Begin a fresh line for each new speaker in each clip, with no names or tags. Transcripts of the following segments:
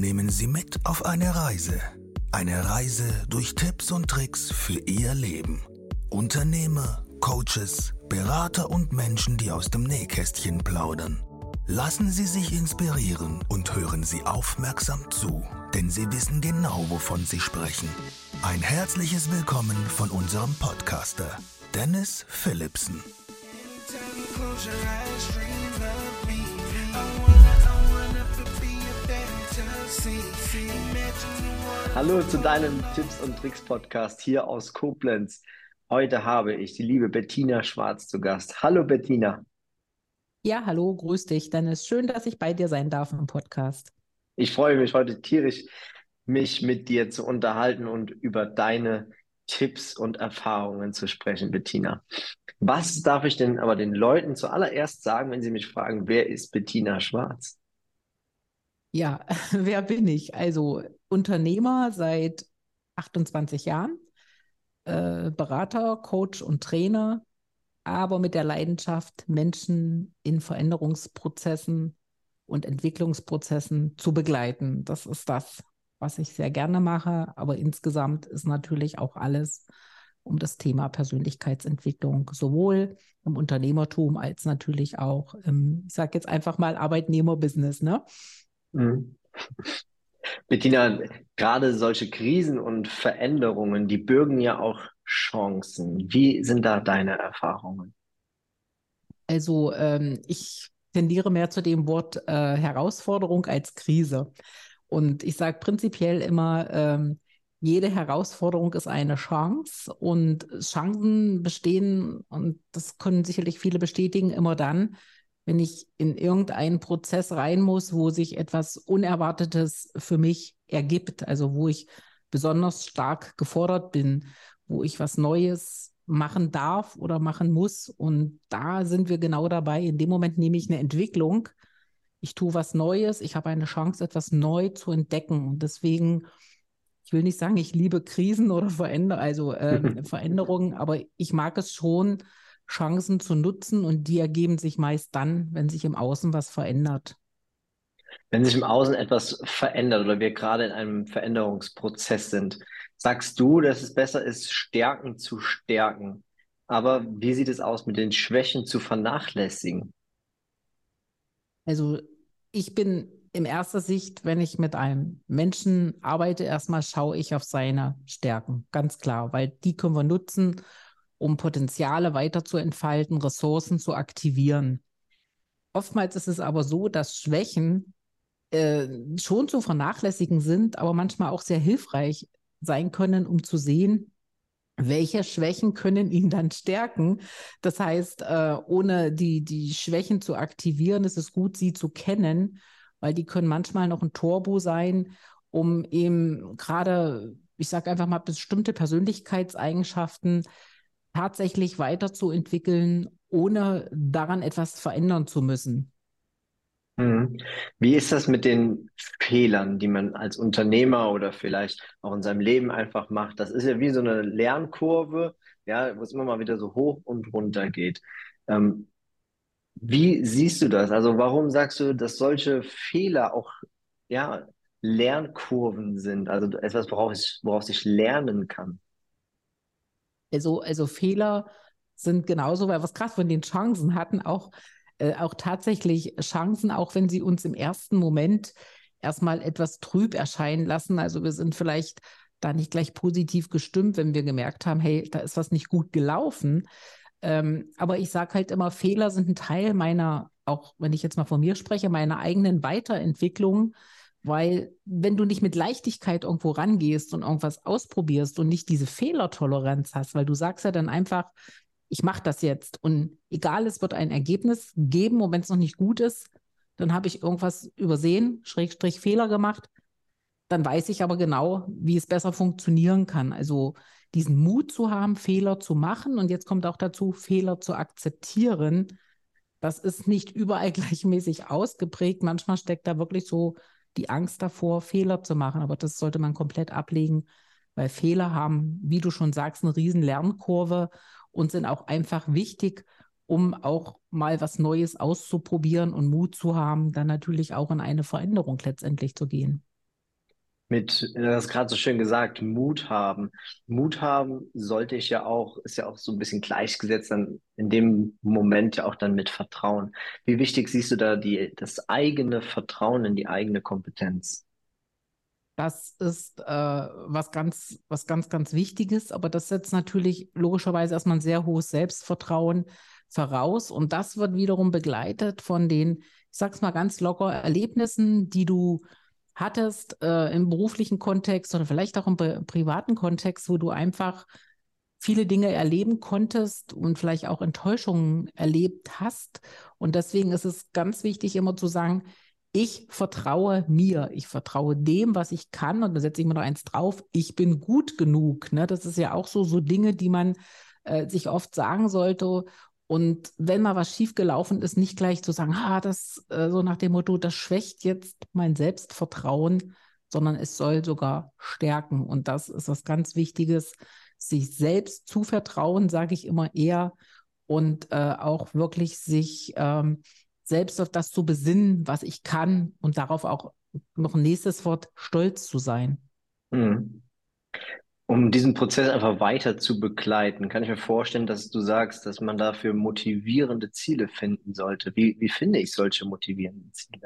nehmen Sie mit auf eine Reise. Eine Reise durch Tipps und Tricks für Ihr Leben. Unternehmer, Coaches, Berater und Menschen, die aus dem Nähkästchen plaudern. Lassen Sie sich inspirieren und hören Sie aufmerksam zu, denn Sie wissen genau, wovon Sie sprechen. Ein herzliches Willkommen von unserem Podcaster, Dennis Philipsen.
Hallo zu deinem Tipps und Tricks Podcast hier aus Koblenz. Heute habe ich die liebe Bettina Schwarz zu Gast. Hallo Bettina.
Ja, hallo, grüß dich, Dennis. Schön, dass ich bei dir sein darf im Podcast.
Ich freue mich heute tierisch, mich mit dir zu unterhalten und über deine Tipps und Erfahrungen zu sprechen, Bettina. Was darf ich denn aber den Leuten zuallererst sagen, wenn sie mich fragen, wer ist Bettina Schwarz?
Ja, wer bin ich? Also Unternehmer seit 28 Jahren, Berater, Coach und Trainer, aber mit der Leidenschaft, Menschen in Veränderungsprozessen und Entwicklungsprozessen zu begleiten. Das ist das, was ich sehr gerne mache. Aber insgesamt ist natürlich auch alles um das Thema Persönlichkeitsentwicklung, sowohl im Unternehmertum als natürlich auch ich sage jetzt einfach mal Arbeitnehmerbusiness, ne?
Mhm. Bettina, gerade solche Krisen und Veränderungen, die bürgen ja auch Chancen. Wie sind da deine Erfahrungen?
Also ich tendiere mehr zu dem Wort Herausforderung als Krise. Und ich sage prinzipiell immer, jede Herausforderung ist eine Chance und Chancen bestehen, und das können sicherlich viele bestätigen, immer dann, wenn ich in irgendeinen Prozess rein muss, wo sich etwas Unerwartetes für mich ergibt, also wo ich besonders stark gefordert bin, wo ich was Neues machen darf oder machen muss. Und da sind wir genau dabei. In dem Moment nehme ich eine Entwicklung. Ich tue was Neues. Ich habe eine Chance, etwas neu zu entdecken. Und deswegen, ich will nicht sagen, ich liebe Krisen oder Veränderungen, aber ich mag es schon, Chancen zu nutzen. Und die ergeben sich meist dann, wenn sich im Außen was verändert.
Wenn sich im Außen etwas verändert oder wir gerade in einem Veränderungsprozess sind, sagst du, dass es besser ist, Stärken zu stärken. Aber wie sieht es aus mit den Schwächen zu vernachlässigen?
Also ich bin in erster Sicht, wenn ich mit einem Menschen arbeite, erstmal schaue ich auf seine Stärken, ganz klar, weil die können wir nutzen, um Potenziale weiter zu entfalten, Ressourcen zu aktivieren. Oftmals ist es aber so, dass Schwächen schon zu vernachlässigen sind, aber manchmal auch sehr hilfreich sein können, um zu sehen, welche Schwächen können ihn dann stärken. Das heißt, ohne die Schwächen zu aktivieren, ist es gut, sie zu kennen, weil die können manchmal noch ein Turbo sein, um eben gerade, ich sage einfach mal, bestimmte Persönlichkeitseigenschaften tatsächlich weiterzuentwickeln, ohne daran etwas verändern zu müssen.
Mhm. Wie ist das mit den Fehlern, die man als Unternehmer oder vielleicht auch in seinem Leben einfach macht? Das ist ja wie so eine Lernkurve, ja, wo es immer mal wieder so hoch und runter geht. Ähm, Wie siehst du das? Also warum sagst du, dass solche Fehler auch, ja, Lernkurven sind? Also etwas, woraus ich lernen kann.
Also Fehler sind genauso, weil wir es gerade von den Chancen hatten, auch tatsächlich Chancen, auch wenn sie uns im ersten Moment erstmal etwas trüb erscheinen lassen. Also wir sind vielleicht da nicht gleich positiv gestimmt, wenn wir gemerkt haben, hey, da ist was nicht gut gelaufen. Aber ich sage halt immer, Fehler sind ein Teil meiner, auch wenn ich jetzt mal von mir spreche, meiner eigenen Weiterentwicklung. Weil wenn du nicht mit Leichtigkeit irgendwo rangehst und irgendwas ausprobierst und nicht diese Fehlertoleranz hast, weil du sagst ja dann einfach, ich mache das jetzt und egal, es wird ein Ergebnis geben, und wenn es noch nicht gut ist, dann habe ich irgendwas übersehen, Schrägstrich Fehler gemacht, dann weiß ich aber genau, wie es besser funktionieren kann. Also diesen Mut zu haben, Fehler zu machen, und jetzt kommt auch dazu, Fehler zu akzeptieren. Das ist nicht überall gleichmäßig ausgeprägt. Manchmal steckt da wirklich so die Angst davor, Fehler zu machen. Aber das sollte man komplett ablegen, weil Fehler haben, wie du schon sagst, eine riesen Lernkurve und sind auch einfach wichtig, um auch mal was Neues auszuprobieren und Mut zu haben, dann natürlich auch in eine Veränderung letztendlich zu gehen.
Du hast gerade so schön gesagt, Mut haben. Mut haben sollte ich ja auch, ist ja auch so ein bisschen gleichgesetzt dann in dem Moment ja auch dann mit Vertrauen. Wie wichtig siehst du da das eigene Vertrauen in die eigene Kompetenz?
Das ist was ganz, ganz Wichtiges, aber das setzt natürlich logischerweise erstmal ein sehr hohes Selbstvertrauen voraus und das wird wiederum begleitet von den, ich sag's mal ganz locker, Erlebnissen, die du hattest im beruflichen Kontext oder vielleicht auch im privaten Kontext, wo du einfach viele Dinge erleben konntest und vielleicht auch Enttäuschungen erlebt hast. Und deswegen ist es ganz wichtig, immer zu sagen, ich vertraue mir, ich vertraue dem, was ich kann. Und da setze ich mir noch eins drauf, ich bin gut genug. Ne? Das ist ja auch so Dinge, die man sich oft sagen sollte. Und wenn mal was schiefgelaufen ist, nicht gleich zu sagen, das so nach dem Motto, das schwächt jetzt mein Selbstvertrauen, sondern es soll sogar stärken. Und das ist was ganz Wichtiges, sich selbst zu vertrauen, sage ich immer eher, und auch wirklich sich selbst auf das zu besinnen, was ich kann und darauf auch noch ein nächstes Wort, stolz zu sein.
Mhm. Um diesen Prozess einfach weiter zu begleiten, kann ich mir vorstellen, dass du sagst, dass man dafür motivierende Ziele finden sollte. Wie finde ich solche motivierenden Ziele?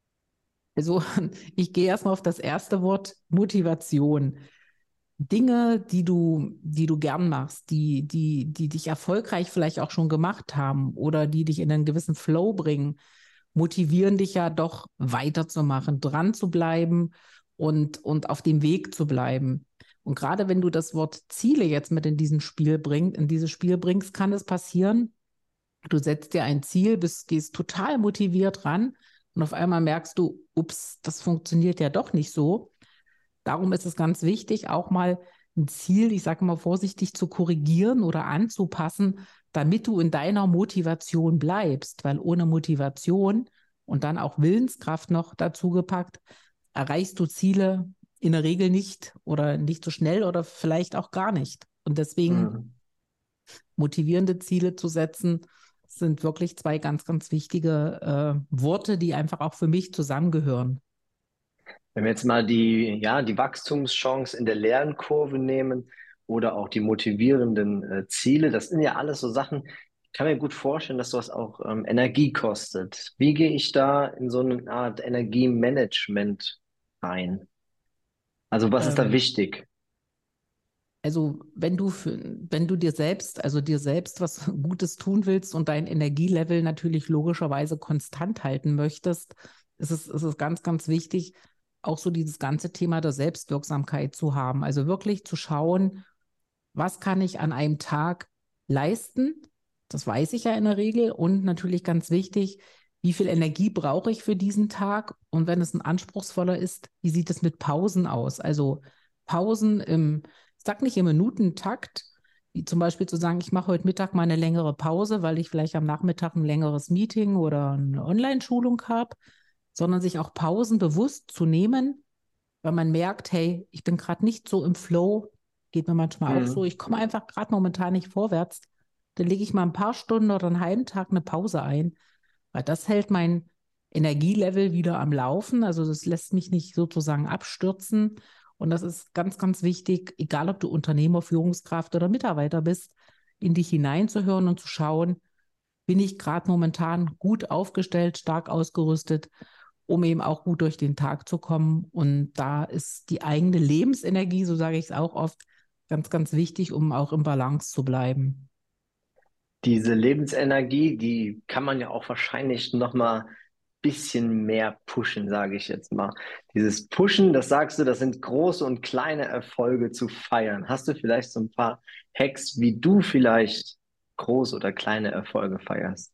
Also ich gehe erstmal auf das erste Wort, Motivation. Dinge, die du gern machst, die dich erfolgreich vielleicht auch schon gemacht haben oder die dich in einen gewissen Flow bringen, motivieren dich ja doch weiterzumachen, dran zu bleiben und auf dem Weg zu bleiben. Und gerade wenn du das Wort Ziele jetzt mit in dieses Spiel bringst, kann es passieren, du setzt dir ein Ziel, gehst total motiviert ran und auf einmal merkst du, ups, das funktioniert ja doch nicht so. Darum ist es ganz wichtig, auch mal ein Ziel, ich sage mal vorsichtig, zu korrigieren oder anzupassen, damit du in deiner Motivation bleibst. Weil ohne Motivation und dann auch Willenskraft noch dazu gepackt, erreichst du Ziele in der Regel nicht oder nicht so schnell oder vielleicht auch gar nicht. Und deswegen
Mhm.
motivierende Ziele zu setzen, sind wirklich zwei ganz, ganz wichtige Worte, die einfach auch für mich zusammengehören.
Wenn wir jetzt mal die Wachstumschance in der Lernkurve nehmen oder auch die motivierenden Ziele, das sind ja alles so Sachen, ich kann mir gut vorstellen, dass sowas auch Energie kostet. Wie gehe ich da in so eine Art Energiemanagement rein? Also was ist da
Ähm,
wichtig?
Also wenn du dir selbst was Gutes tun willst und dein Energielevel natürlich logischerweise konstant halten möchtest, ist es ganz, ganz wichtig, auch so dieses ganze Thema der Selbstwirksamkeit zu haben. Also wirklich zu schauen, was kann ich an einem Tag leisten? Das weiß ich ja in der Regel. Und natürlich ganz wichtig, wie viel Energie brauche ich für diesen Tag? Und wenn es ein anspruchsvoller ist, wie sieht es mit Pausen aus? Also Pausen ich sag nicht im Minutentakt, wie zum Beispiel zu sagen, ich mache heute Mittag mal eine längere Pause, weil ich vielleicht am Nachmittag ein längeres Meeting oder eine Online-Schulung habe, sondern sich auch Pausen bewusst zu nehmen, weil man merkt, hey, ich bin gerade nicht so im Flow, geht mir manchmal auch so,
Mhm.
ich komme einfach gerade momentan nicht vorwärts, dann lege ich mal ein paar Stunden oder einen halben Tag eine Pause ein, weil das hält mein Energielevel wieder am Laufen, also das lässt mich nicht sozusagen abstürzen und das ist ganz, ganz wichtig, egal ob du Unternehmer, Führungskraft oder Mitarbeiter bist, in dich hineinzuhören und zu schauen, bin ich gerade momentan gut aufgestellt, stark ausgerüstet, um eben auch gut durch den Tag zu kommen. Und da ist die eigene Lebensenergie, so sage ich es auch oft, ganz, ganz wichtig, um auch im Balance zu bleiben.
Diese Lebensenergie, die kann man ja auch wahrscheinlich noch mal bisschen mehr pushen, sage ich jetzt mal. Dieses Pushen, das sagst du, das sind große und kleine Erfolge zu feiern. Hast du vielleicht so ein paar Hacks, wie du vielleicht große oder kleine Erfolge feierst?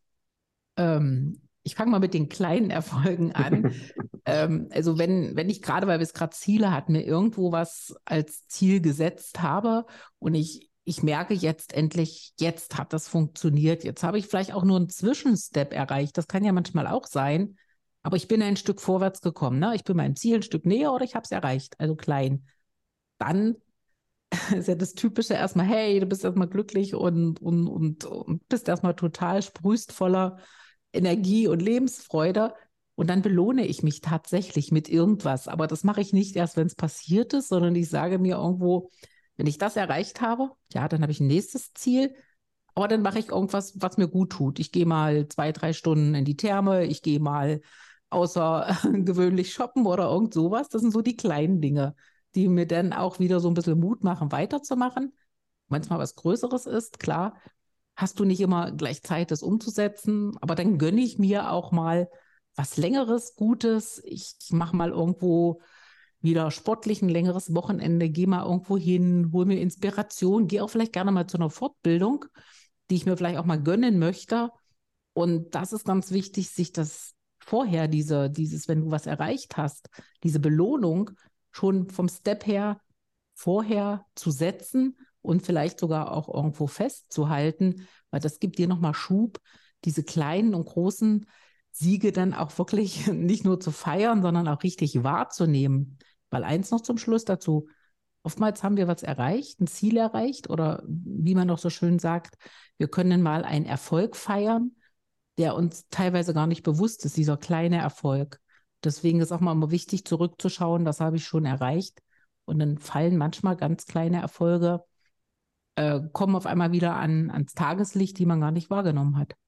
Ich fange mal mit den kleinen Erfolgen an. Also wenn ich gerade, weil wir es gerade Ziele hatten, mir irgendwo was als Ziel gesetzt habe und ich merke jetzt endlich, jetzt hat das funktioniert. Jetzt habe ich vielleicht auch nur einen Zwischenstep erreicht. Das kann ja manchmal auch sein. Aber ich bin ein Stück vorwärts gekommen. Ne? Ich bin meinem Ziel ein Stück näher oder ich habe es erreicht, also klein. Dann ist ja das Typische erstmal, hey, du bist erstmal glücklich und bist erstmal total sprühst voller Energie und Lebensfreude. Und dann belohne ich mich tatsächlich mit irgendwas. Aber das mache ich nicht erst, wenn es passiert ist, sondern ich sage mir irgendwo, wenn ich das erreicht habe, ja, dann habe ich ein nächstes Ziel. Aber dann mache ich irgendwas, was mir gut tut. Ich gehe mal 2, 3 Stunden in die Therme, ich gehe mal außergewöhnlich shoppen oder irgend sowas. Das sind so die kleinen Dinge, die mir dann auch wieder so ein bisschen Mut machen, weiterzumachen. Wenn es mal was Größeres ist, klar, hast du nicht immer gleich Zeit, das umzusetzen, aber dann gönne ich mir auch mal was Längeres, Gutes. Ich mache mal irgendwo wieder sportlich ein längeres Wochenende, gehe mal irgendwo hin, hole mir Inspiration, gehe auch vielleicht gerne mal zu einer Fortbildung, die ich mir vielleicht auch mal gönnen möchte. Und das ist ganz wichtig, sich das vorher, wenn du was erreicht hast, diese Belohnung schon vom Step her vorher zu setzen und vielleicht sogar auch irgendwo festzuhalten, weil das gibt dir nochmal Schub, diese kleinen und großen Siege dann auch wirklich nicht nur zu feiern, sondern auch richtig wahrzunehmen. Weil eins noch zum Schluss dazu, oftmals haben wir was erreicht, ein Ziel erreicht oder wie man noch so schön sagt, wir können mal einen Erfolg feiern, der uns teilweise gar nicht bewusst ist, dieser kleine Erfolg. Deswegen ist auch mal immer wichtig, zurückzuschauen, das habe ich schon erreicht. Und dann fallen manchmal ganz kleine Erfolge, kommen auf einmal wieder ans Tageslicht, die man gar nicht wahrgenommen hat.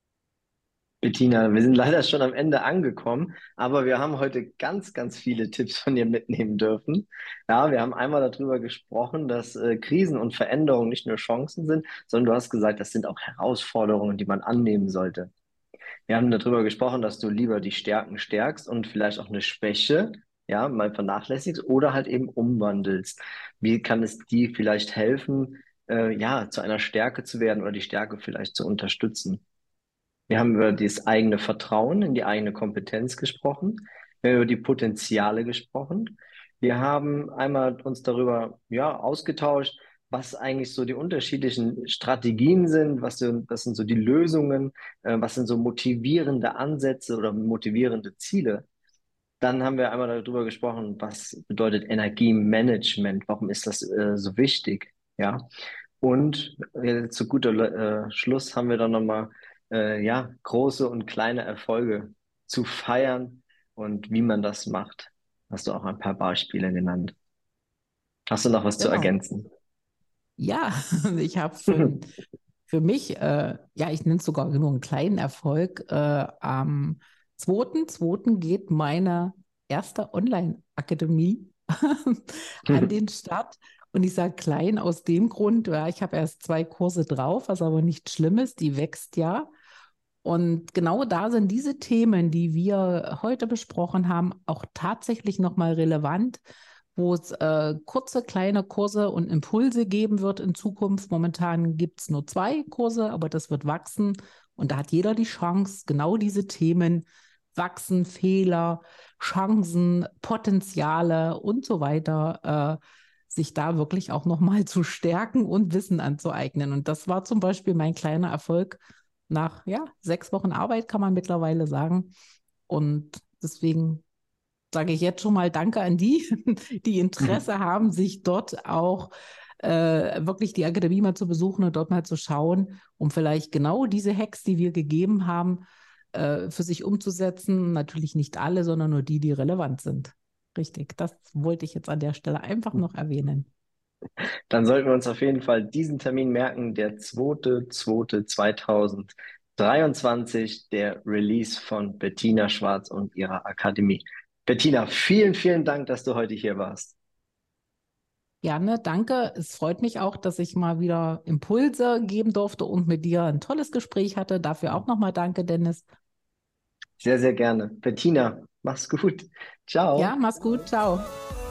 Bettina, wir sind leider schon am Ende angekommen, aber wir haben heute ganz, ganz viele Tipps von dir mitnehmen dürfen. Ja, wir haben einmal darüber gesprochen, dass Krisen und Veränderungen nicht nur Chancen sind, sondern du hast gesagt, das sind auch Herausforderungen, die man annehmen sollte. Wir haben darüber gesprochen, dass du lieber die Stärken stärkst und vielleicht auch eine Schwäche, ja, mal vernachlässigst oder halt eben umwandelst. Wie kann es dir vielleicht helfen, ja, zu einer Stärke zu werden oder die Stärke vielleicht zu unterstützen? Wir haben über das eigene Vertrauen in die eigene Kompetenz gesprochen. Wir haben über die Potenziale gesprochen. Wir haben einmal uns darüber, ja, ausgetauscht, was eigentlich so die unterschiedlichen Strategien sind, was sind so die Lösungen, was sind so motivierende Ansätze oder motivierende Ziele. Dann haben wir einmal darüber gesprochen, was bedeutet Energiemanagement, warum ist das so wichtig, ja. Und zu guter Schluss haben wir dann nochmal ja, große und kleine Erfolge zu feiern und wie man das macht. Hast du auch ein paar Beispiele genannt. Hast du noch was zu
Genau.
ergänzen?
Ja, ich habe für mich, ja, ich nenne es sogar nur einen kleinen Erfolg. Am 2.2. geht meine erste Online-Akademie an den Start. Und ich sage klein aus dem Grund, ja, ich habe erst 2 Kurse drauf, was aber nicht schlimm ist, die wächst ja. Und genau da sind diese Themen, die wir heute besprochen haben, auch tatsächlich nochmal relevant, wo es kurze, kleine Kurse und Impulse geben wird in Zukunft. Momentan gibt es nur 2 Kurse, aber das wird wachsen. Und da hat jeder die Chance, genau diese Themen, Wachsen, Fehler, Chancen, Potenziale und so weiter, sich da wirklich auch nochmal zu stärken und Wissen anzueignen. Und das war zum Beispiel mein kleiner Erfolg nach, ja, 6 Wochen Arbeit, kann man mittlerweile sagen. Und deswegen sage ich jetzt schon mal Danke an die, die Interesse haben, sich dort auch wirklich die Akademie mal zu besuchen und dort mal zu schauen, um vielleicht genau diese Hacks, die wir gegeben haben, für sich umzusetzen. Natürlich nicht alle, sondern nur die, die relevant sind. Richtig, das wollte ich jetzt an der Stelle einfach noch erwähnen.
Dann sollten wir uns auf jeden Fall diesen Termin merken, der 2.2.2023, der Release von Bettina Schwarz und ihrer Akademie. Bettina, vielen, vielen Dank, dass du heute hier warst.
Gerne, danke. Es freut mich auch, dass ich mal wieder Impulse geben durfte und mit dir ein tolles Gespräch hatte. Dafür auch nochmal danke, Dennis.
Sehr, sehr gerne. Bettina, mach's gut.
Ja,
Ciao.
mach's gut. Ciao.